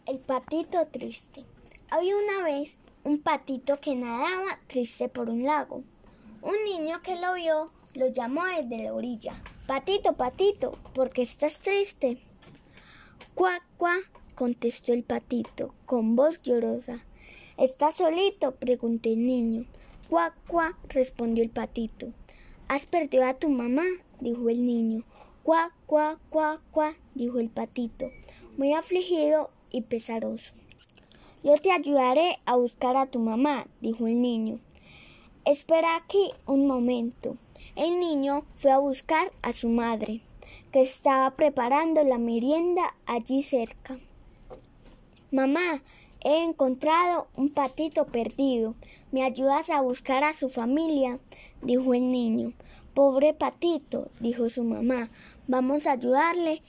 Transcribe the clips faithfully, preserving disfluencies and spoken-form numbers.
El patito triste. Había una vez un patito que nadaba triste por un lago. Un niño que lo vio lo llamó desde la orilla. Patito, patito, ¿por qué estás triste? Cuac, cuac, contestó el patito con voz llorosa. ¿Estás solito?, preguntó el niño. Cuac, cuac, respondió el patito. ¿Has perdido a tu mamá?, dijo el niño. Cuac, cuac, cuac, cuac, dijo el patito, muy afligido y pesaroso. Yo te ayudaré a buscar a tu mamá, dijo el niño. Espera aquí un momento. El niño fue a buscar a su madre, que estaba preparando la merienda allí cerca. Mamá, he encontrado un patito perdido. ¿Me ayudas a buscar a su familia?, dijo el niño. Pobre patito, dijo su mamá. Vamos a ayudarle.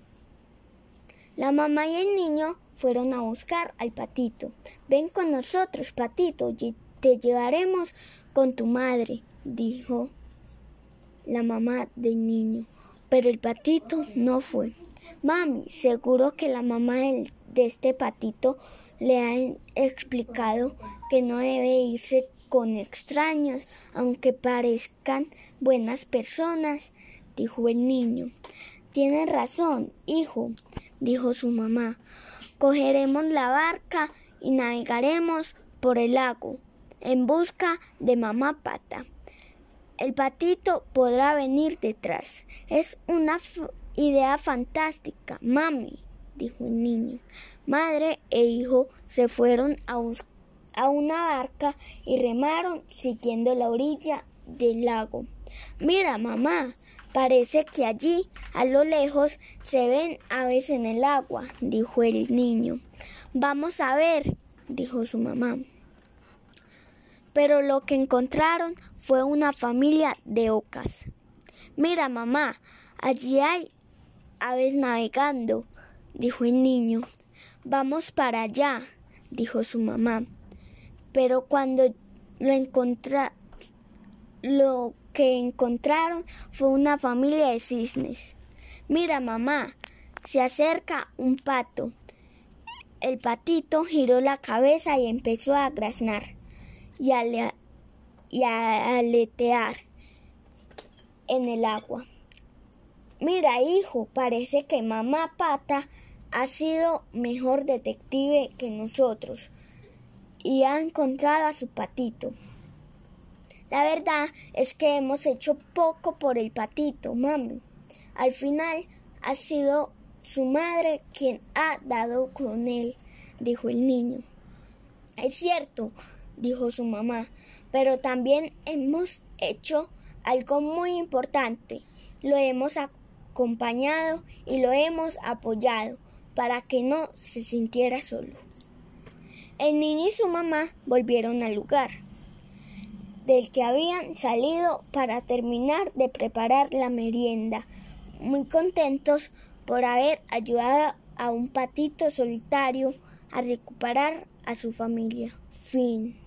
La mamá y el niño fueron a buscar al patito. Ven con nosotros, patito, y te llevaremos con tu madre, dijo la mamá del niño. Pero el patito no fue. Mami, seguro que la mamá de este patito le ha explicado que no debe irse con extraños, aunque parezcan buenas personas, dijo el niño. Tienes razón, hijo, dijo su mamá. Cogeremos la barca y navegaremos por el lago en busca de mamá Pata. El patito podrá venir detrás. Es una f- idea fantástica, mami, dijo el niño. Madre e hijo se fueron a, bus- a una barca y remaron siguiendo la orilla del lago. Mira, mamá, parece que allí, a lo lejos, se ven aves en el agua, dijo el niño. Vamos a ver, dijo su mamá. Pero lo que encontraron fue una familia de ocas. Mira, mamá, allí hay aves navegando, dijo el niño. Vamos para allá, dijo su mamá. Pero cuando lo encontra, lo que encontraron fue una familia de cisnes. Mira, mamá, se acerca un pato. El patito giró la cabeza y empezó a graznar y a, le- y a aletear en el agua. Mira, hijo, parece que mamá Pata ha sido mejor detective que nosotros y ha encontrado a su patito. La verdad es que hemos hecho poco por el patito, mami. Al final ha sido su madre quien ha dado con él, dijo el niño. Es cierto, dijo su mamá, pero también hemos hecho algo muy importante. Lo hemos acompañado y lo hemos apoyado para que no se sintiera solo. El niño y su mamá volvieron al lugar del que habían salido para terminar de preparar la merienda, muy contentos por haber ayudado a un patito solitario a recuperar a su familia. Fin.